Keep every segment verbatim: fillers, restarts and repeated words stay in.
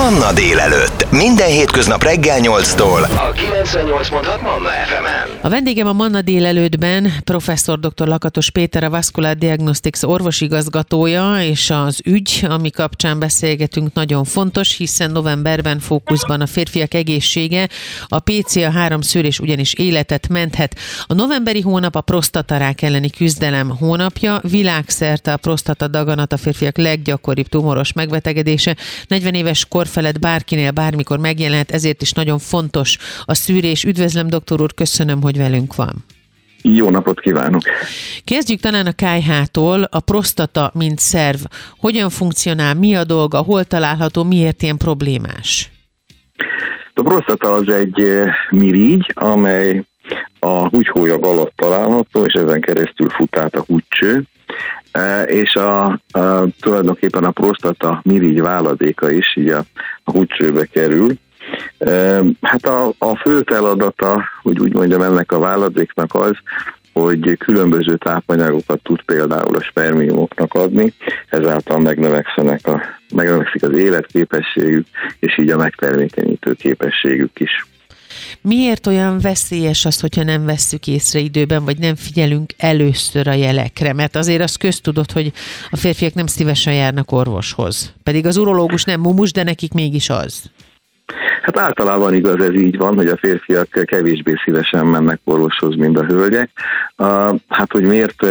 Manna délelőtt. Minden hétköznap reggel nyolctól a kilencvennyolc pont hat Manna ef emen. A vendégem a Manna délelőttben professzor dr. Lakatos Péter, a Vascular Diagnostics orvosigazgatója, és az ügy, ami kapcsán beszélgetünk, nagyon fontos, hiszen novemberben fókuszban a férfiak egészsége. A pé cé á három szűrés ugyanis életet menthet. A novemberi hónap a prostatarák elleni küzdelem hónapja. Világszerte a prostata daganat a férfiak leggyakoribb tumoros megbetegedése. negyven éves kor felett bárkinél bármikor megjelenhet, ezért is nagyon fontos a szűrés. Üdvözlöm, doktor úr, köszönöm, hogy velünk van. Jó napot kívánok! Kezdjük talán a ká i há-tól. A prostata, mint szerv, hogyan funkcionál, mi a dolga, hol található, miért ilyen problémás? A prostata az egy mirigy, amely a húgyhólyag alatt található, és ezen keresztül fut át a húgycső, és a, a, tulajdonképpen a prostata mirigy váladéka is így a, a húgycsőbe kerül. Hát a, a fő feladata, hogy úgy mondjam, ennek a váladéknak az, hogy különböző tápanyagokat tud például a spermiumoknak adni, ezáltal megnövekszenek a, megnövekszik az életképességük, és így a megtermékenyítő képességük is. Miért olyan veszélyes az, hogyha nem vesszük észre időben, vagy nem figyelünk először a jelekre? Mert azért az köztudott, hogy a férfiak nem szívesen járnak orvoshoz. Pedig az urológus nem mumus, de nekik mégis az. Hát általában igaz, ez így van, hogy a férfiak kevésbé szívesen mennek orvoshoz, mint a hölgyek. Hát, hogy miért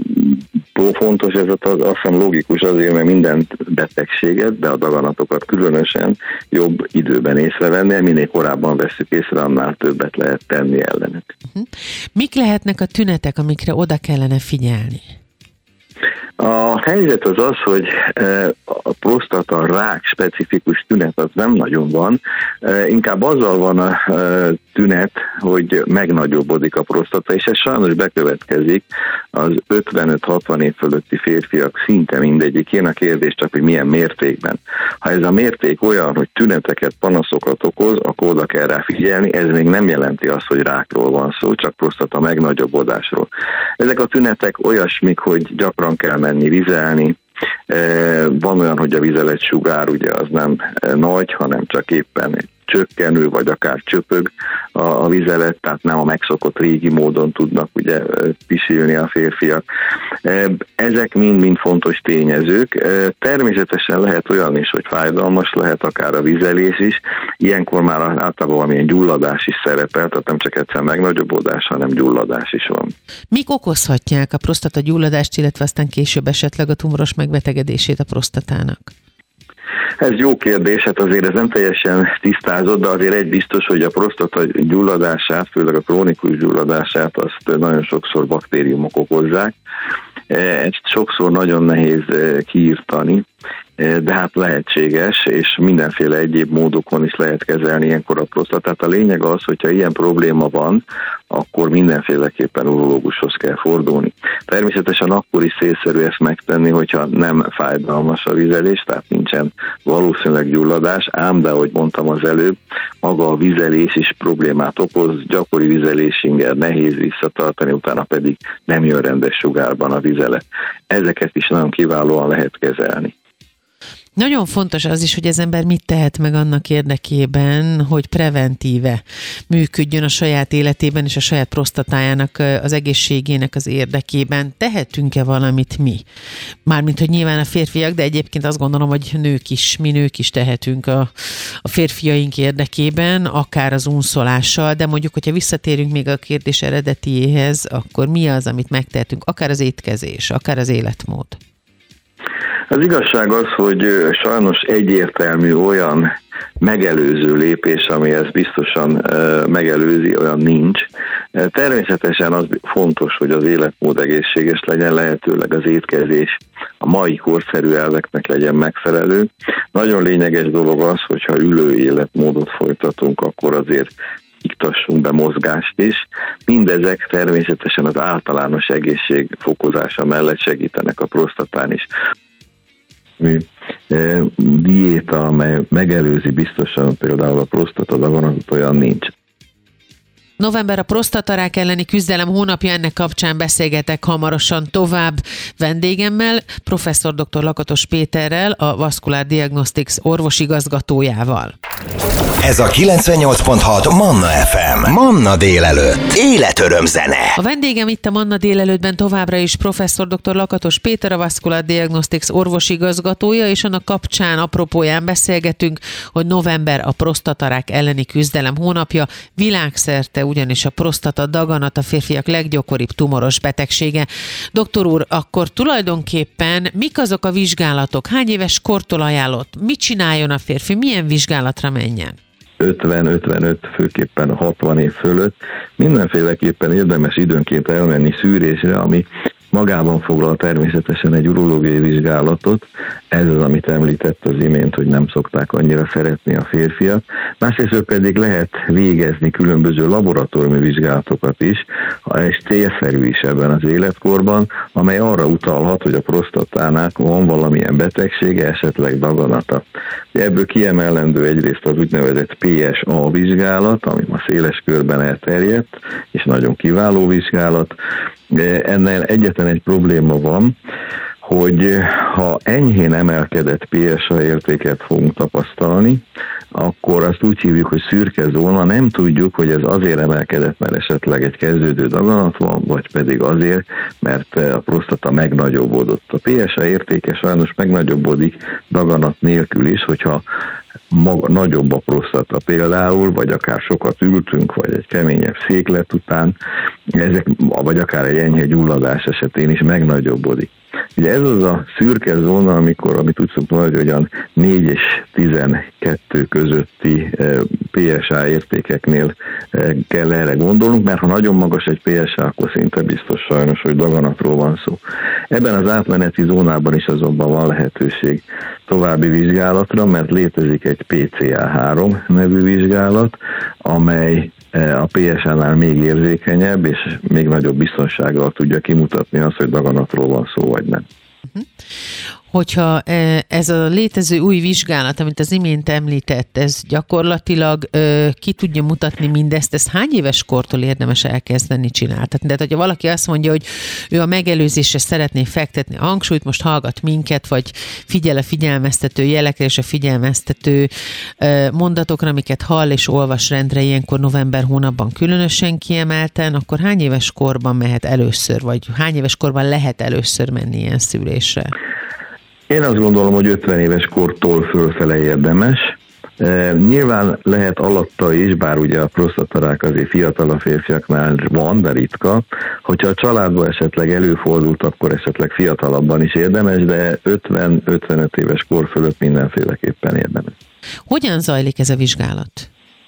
fontos ez, az azt hiszem logikus azért, mert minden betegséget, de a daganatokat különösen jobb időben észrevenni, minél korábban vesszük észre, annál többet lehet tenni ellenük. Mik lehetnek a tünetek, amikre oda kellene figyelni? A helyzet az az, hogy a prostata rák specifikus tünet az nem nagyon van, inkább azzal van a tünet, hogy megnagyobbodik a prostata, és ez sajnos bekövetkezik az ötvenöt-hatvan év fölötti férfiak szinte mindegyikén. A kérdés csak, hogy milyen mértékben. Ha ez a mérték olyan, hogy tüneteket, panaszokat okoz, akkor oda kell rá figyelni, ez még nem jelenti azt, hogy rákról van szó, csak prostata megnagyobbodásról. Ezek a tünetek olyasmik, hogy gyakran kell menni vizelni, van olyan, hogy a vizeletsugár ugye az nem nagy, hanem csak éppen egy csökkenő, vagy akár csöpög a, a vizelet, tehát nem a megszokott régi módon tudnak ugye pisilni a férfiak. Ezek mind-mind fontos tényezők. Természetesen lehet olyan is, hogy fájdalmas lehet akár a vizelés is. Ilyenkor már általában valamilyen gyulladás is szerepel, tehát nem csak egyszer megnagyobbodás, hanem gyulladás is van. Mik okozhatják a prostata gyulladást, illetve aztán később esetleg a tumoros megbetegedését a prostatának? Ez jó kérdés, hát azért ez nem teljesen tisztázott, de azért egy biztos, hogy a prostata gyulladását, főleg a krónikus gyulladását, azt nagyon sokszor baktériumok okozzák. Ezt sokszor nagyon nehéz kiírtani, de hát lehetséges, és mindenféle egyéb módokon is lehet kezelni ilyenkor a prostatát. A lényeg az, hogyha ilyen probléma van, akkor mindenféleképpen urológushoz kell fordulni. Természetesen akkor is célszerű ezt megtenni, hogyha nem fájdalmas a vizelés, tehát nincsen valószínűleg gyulladás, ám de ahogy mondtam az előbb, maga a vizelés is problémát okoz, gyakori vizelésinger, nehéz visszatartani, utána pedig nem jön rendes sugárban a vizelet. Ezeket is nagyon kiválóan lehet kezelni. Nagyon fontos az is, hogy az ember mit tehet meg annak érdekében, hogy preventíve működjön a saját életében és a saját prostatájának az egészségének az érdekében. Tehetünk-e valamit mi? Mármint, hogy nyilván a férfiak, de egyébként azt gondolom, hogy nők is, mi nők is tehetünk a, a férfiaink érdekében, akár az unszolással, de mondjuk, hogyha visszatérünk még a kérdés eredetiéhez, akkor mi az, amit megtehetünk? Akár az étkezés, akár az életmód. Az igazság az, hogy sajnos egyértelmű olyan megelőző lépés, ami ezt biztosan megelőzi, olyan nincs. Természetesen az fontos, hogy az életmód egészséges legyen, lehetőleg az étkezés a mai korszerű elveknek legyen megfelelő. Nagyon lényeges dolog az, hogyha ülő életmódot folytatunk, akkor azért iktassunk be mozgást is. Mindezek természetesen az általános egészség fokozása mellett segítenek a prostatán is. Diéta, amely megelőzi biztosan például a prostata daganatot, olyan nincs. November a prostatarák elleni küzdelem hónapja, ennek kapcsán beszélgetek hamarosan tovább vendégemmel, professzor dr. Lakatos Péterrel, a Vascular Diagnostics orvosigazgatójával. Ez a kilencvennyolc pont hat Manna ef em. Manna délelőtt. Életöröm zene. A vendégem itt a Manna délelőttben továbbra is professzor dr. Lakatos Péter, a Vascular Diagnostics orvosigazgatója, és annak kapcsán apropóján beszélgetünk, hogy november a prostatarák elleni küzdelem hónapja, világszerte ugyanis a prostata daganat a férfiak leggyakoribb tumoros betegsége. Doktor úr, akkor tulajdonképpen mik azok a vizsgálatok? Hány éves kortól ajánlott? Mit csináljon a férfi? Milyen vizsgálatra menjen? ötven-ötvenöt, főképpen hatvan év fölött mindenféleképpen érdemes időnként elmenni szűrésre, ami magában foglal természetesen egy urológiai vizsgálatot. Ez az, amit említett az imént, hogy nem szokták annyira szeretni a férfiak. Másrészt pedig lehet végezni különböző laboratóriumi vizsgálatokat is, és célszerű is ebben az életkorban, amely arra utalhat, hogy a prostatának van valamilyen betegsége, esetleg daganata. Ebből kiemelendő egyrészt az úgynevezett pé es á vizsgálat, ami ma széles körben elterjedt, és nagyon kiváló vizsgálat. Ennél egyetlen egy probléma van, hogy ha enyhén emelkedett pé es á értéket fogunk tapasztalni, akkor azt úgy hívjuk, hogy szürke zóna, nem tudjuk, hogy ez azért emelkedett, mert esetleg egy kezdődő daganat van, vagy pedig azért, mert a prostata megnagyobbodott. A pé es á értéke sajnos megnagyobbodik daganat nélkül is, hogyha maga, nagyobb a prostata például, vagy akár sokat ültünk, vagy egy keményebb széklet után, ezek, vagy akár egy enyhe gyulladás esetén is megnagyobbodik. Ugye ez az a szürke zóna, amikor, amit úgy szoktam mondani, hogy olyan négy és tizenkettő közötti pé es á értékeknél kell erre gondolnunk, mert ha nagyon magas egy pé es á, akkor szinte biztos sajnos, hogy daganatról van szó. Ebben az átmeneti zónában is azonban van lehetőség további vizsgálatra, mert létezik egy pé cé á három nevű vizsgálat, amely a pé es á-nál még érzékenyebb, és még nagyobb biztonsággal tudja kimutatni azt, hogy daganatról van szó, vagy nem. Hogyha ez a létező új vizsgálat, amit az imént említett, ez gyakorlatilag ki tudja mutatni mindezt, ez hány éves kortól érdemes elkezdeni csináltatni? Tehát, hogyha valaki azt mondja, hogy ő a megelőzésre szeretné fektetni a hangsúlyt, most hallgat minket, vagy figyel a figyelmeztető jelekre és a figyelmeztető mondatokra, amiket hall és olvas rendre ilyenkor november hónapban különösen kiemelten, akkor hány éves korban mehet először, vagy hány éves korban lehet először menni ilyen szűrésre? Én azt gondolom, hogy ötven éves kortól fölfele érdemes. E, nyilván lehet alatta is, bár ugye a prostatarák azért fiatal a férfiaknál van, de ritka. Hogyha a családban esetleg előfordult, akkor esetleg fiatalabban is érdemes, de ötven-ötvenöt éves kor fölött mindenféleképpen érdemes. Hogyan zajlik ez a vizsgálat?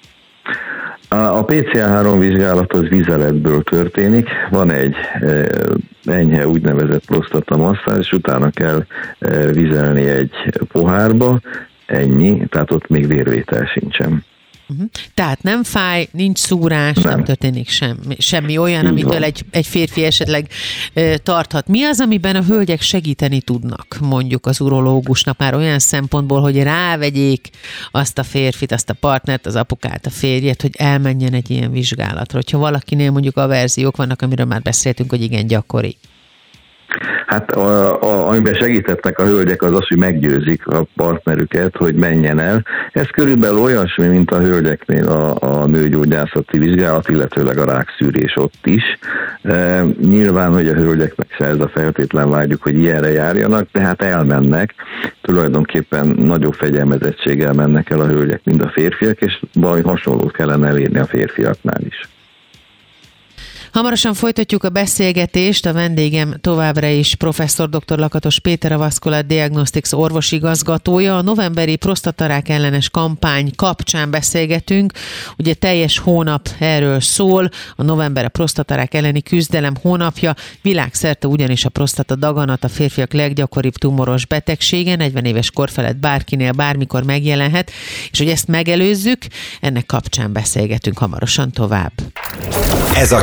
A pé cé á három vizsgálat az vizeletből történik, van egy enyhe úgynevezett prostatamasszázs, és utána kell vizelni egy pohárba, ennyi, tehát ott még vérvétel sincsen. Uh-huh. Tehát nem fáj, nincs szúrás, nem, nem történik semmi, semmi olyan, amitől egy, egy férfi esetleg e, tarthat. Mi az, amiben a hölgyek segíteni tudnak, mondjuk az urológusnak már olyan szempontból, hogy rávegyék azt a férfit, azt a partnert, az apukát, a férjet, hogy elmenjen egy ilyen vizsgálatra. Hogyha valakinél mondjuk averziók vannak, amiről már beszéltünk, hogy igen gyakori. Hát a, a, amiben segítettek a hölgyek az az, hogy meggyőzik a partnerüket, hogy menjen el. Ez körülbelül olyasmi, mint a hölgyeknél a, a nőgyógyászati vizsgálat, illetőleg a rákszűrés ott is. E, nyilván, hogy a hölgyeknek se ez a feltétlen vágyjuk, hogy ilyenre járjanak, de hát elmennek. Tulajdonképpen nagyobb fegyelmezettséggel mennek el a hölgyek, mint a férfiak, és valami hasonlót kellene elérni a férfiaknál is. Hamarosan folytatjuk a beszélgetést, a vendégem továbbra is professzor dr. Lakatos Péter, a Vascular Diagnostics orvosigazgatója. A novemberi prostatarák ellenes kampány kapcsán beszélgetünk, ugye teljes hónap erről szól, a november a prostatarák elleni küzdelem hónapja, világszerte ugyanis a prostata daganat a férfiak leggyakoribb tumoros betegsége, negyven éves kor felett bárkinél bármikor megjelenhet, és hogy ezt megelőzzük, ennek kapcsán beszélgetünk hamarosan tovább. Ez a kilencvennyolc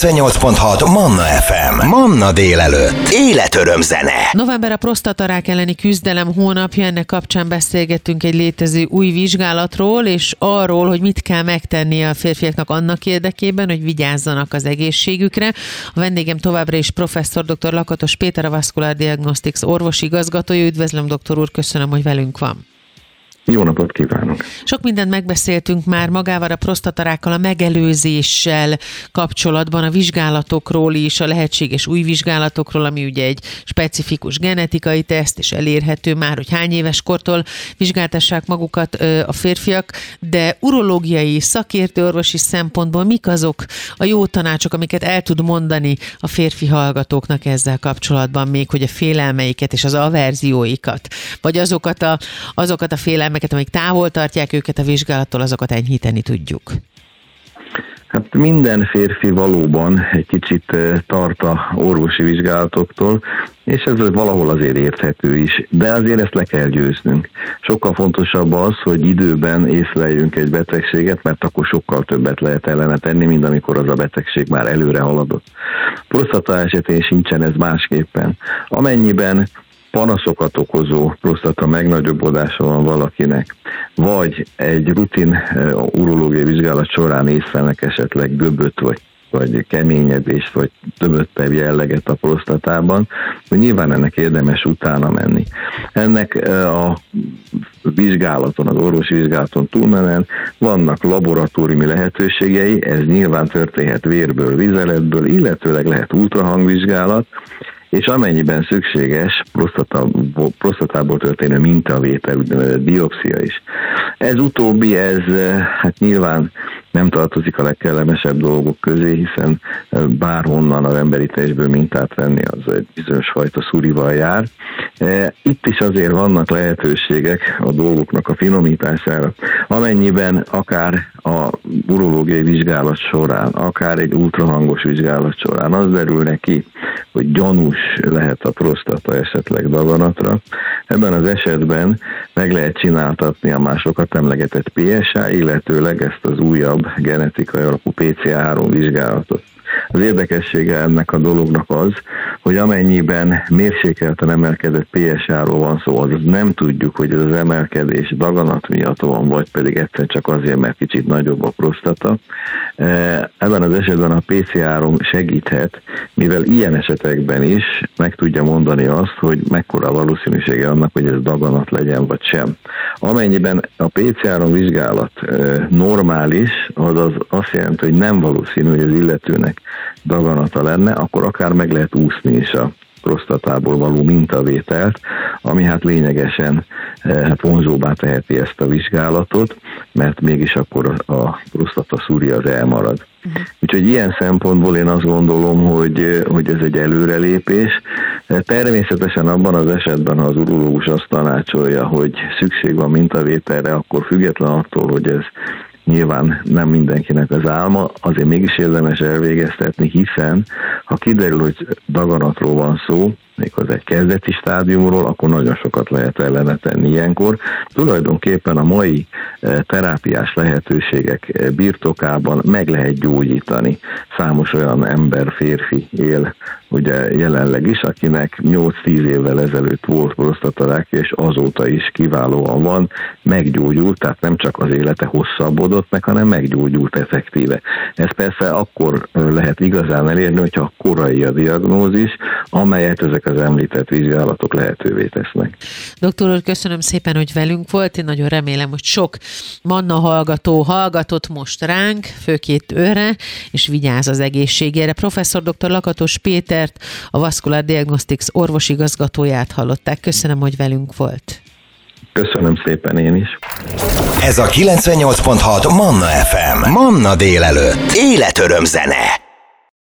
kilencvennyolc pont hat Manna ef em. Manna délelőtt. Életöröm zene. November a prostatarák elleni küzdelem hónapja, ennek kapcsán beszélgettünk egy létező új vizsgálatról, és arról, hogy mit kell megtenni a férfiaknak annak érdekében, hogy vigyázzanak az egészségükre. A vendégem továbbra is professzor dr. Lakatos Péter, a Vascular Diagnostics orvosigazgatója. Üdvözlöm, doktor úr, köszönöm, hogy velünk van. Jó napot kívánok! Sok mindent megbeszéltünk már magával a prostatarákkal, a megelőzéssel kapcsolatban, a vizsgálatokról is, a lehetséges új vizsgálatokról, ami ugye egy specifikus genetikai teszt, és elérhető már, hogy hány éves kortól vizsgáltassák magukat a férfiak, de urológiai, szakértő orvosi szempontból mik azok a jó tanácsok, amiket el tud mondani a férfi hallgatóknak ezzel kapcsolatban, még hogy a félelmeiket és az averzióikat, vagy azokat a, azokat a félelmeket, amik távol tartják őket a vizsgálattól, azokat enyhíteni tudjuk? Hát minden férfi valóban egy kicsit tart a orvosi vizsgálatoktól, és ez valahol azért érthető is, de azért ezt le kell győznünk. Sokkal fontosabb az, hogy időben észleljünk egy betegséget, mert akkor sokkal többet lehet ellene tenni, mint amikor az a betegség már előre haladott. Prostata esetén sincsen ez másképpen. Amennyiben panaszokat okozó prostata megnagyobbodása van valakinek, vagy egy rutin uh, urológiai vizsgálat során észlelnek esetleg göböt, vagy, vagy keményedést, vagy tömöttebb jelleget a prostatában, hogy nyilván ennek érdemes utána menni. Ennek uh, a vizsgálaton, az orvosi vizsgálaton túlmenően vannak laboratóriumi lehetőségei, ez nyilván történhet vérből, vizeletből, illetőleg lehet ultrahangvizsgálat, és amennyiben szükséges, prostatából, prostatából történő mintavétel, úgynevezett biopszia is. Ez utóbbi, ez hát nyilván nem tartozik a legkellemesebb dolgok közé, hiszen bárhonnan az emberi testből mintát venni, az egy bizonyos fajta szurival jár. Itt is azért vannak lehetőségek a dolgoknak a finomítására, amennyiben akár a urológiai vizsgálat során, akár egy ultrahangos vizsgálat során az derülne ki, hogy gyanús lehet a prostata esetleg daganatra. Ebben az esetben meg lehet csináltatni a már sokat emlegetett pé es á, illetőleg ezt az újabb genetikai alapú pé cé három vizsgálatot. Az érdekessége ennek a dolognak az, hogy amennyiben mérsékelten emelkedett pé es á-ról van szó, azaz nem tudjuk, hogy ez az emelkedés daganat miatt van, vagy pedig egyszer csak azért, mert kicsit nagyobb a prostata. Ebben az esetben a pé cé három segíthet, mivel ilyen esetekben is meg tudja mondani azt, hogy mekkora a valószínűsége annak, hogy ez daganat legyen, vagy sem. Amennyiben a pé cé három vizsgálat normális, azaz azt jelenti, hogy nem valószínű, hogy az illetőnek daganata lenne, akkor akár meg lehet úszni is a prostatából való mintavételt, ami hát lényegesen hát vonzóbbá teheti ezt a vizsgálatot, mert mégis akkor a prostata szúria az elmarad. Uh-huh. Úgyhogy ilyen szempontból én azt gondolom, hogy, hogy ez egy előrelépés. Természetesen abban az esetben, ha az urológus azt tanácsolja, hogy szükség van mintavételre, akkor független attól, hogy ez nyilván nem mindenkinek az álma, azért mégis érdemes elvégeztetni, hiszen ha kiderül, hogy daganatról van szó, méghozzá egy kezdeti stádiumról, akkor nagyon sokat lehet ellene tenni ilyenkor. Tulajdonképpen a mai terápiás lehetőségek birtokában meg lehet gyógyítani. Számos olyan ember, férfi él ugye jelenleg is, akinek nyolc-tíz évvel ezelőtt volt prostatarákja, és azóta is kiválóan van, meggyógyult, tehát nem csak az élete hosszabbodott meg, hanem meggyógyult effektíve. Ez persze akkor lehet igazán elérni, hogyha korai a diagnózis, amelyet ezek az említett vizsgálatok lehetővé tesznek. Doktor úr, köszönöm szépen, hogy velünk volt. Én nagyon remélem, hogy sok Manna hallgató hallgatott most ránk, főként őre, és vigyáz az egészségére. Professzor dr. Lakatos Pétert, a Vascular Diagnostics orvosigazgatóját hallották. Köszönöm, hogy velünk volt. Köszönöm szépen én is. Ez a kilencvennyolc pont hat Manna ef em. Manna délelőtt. Életöröm zene.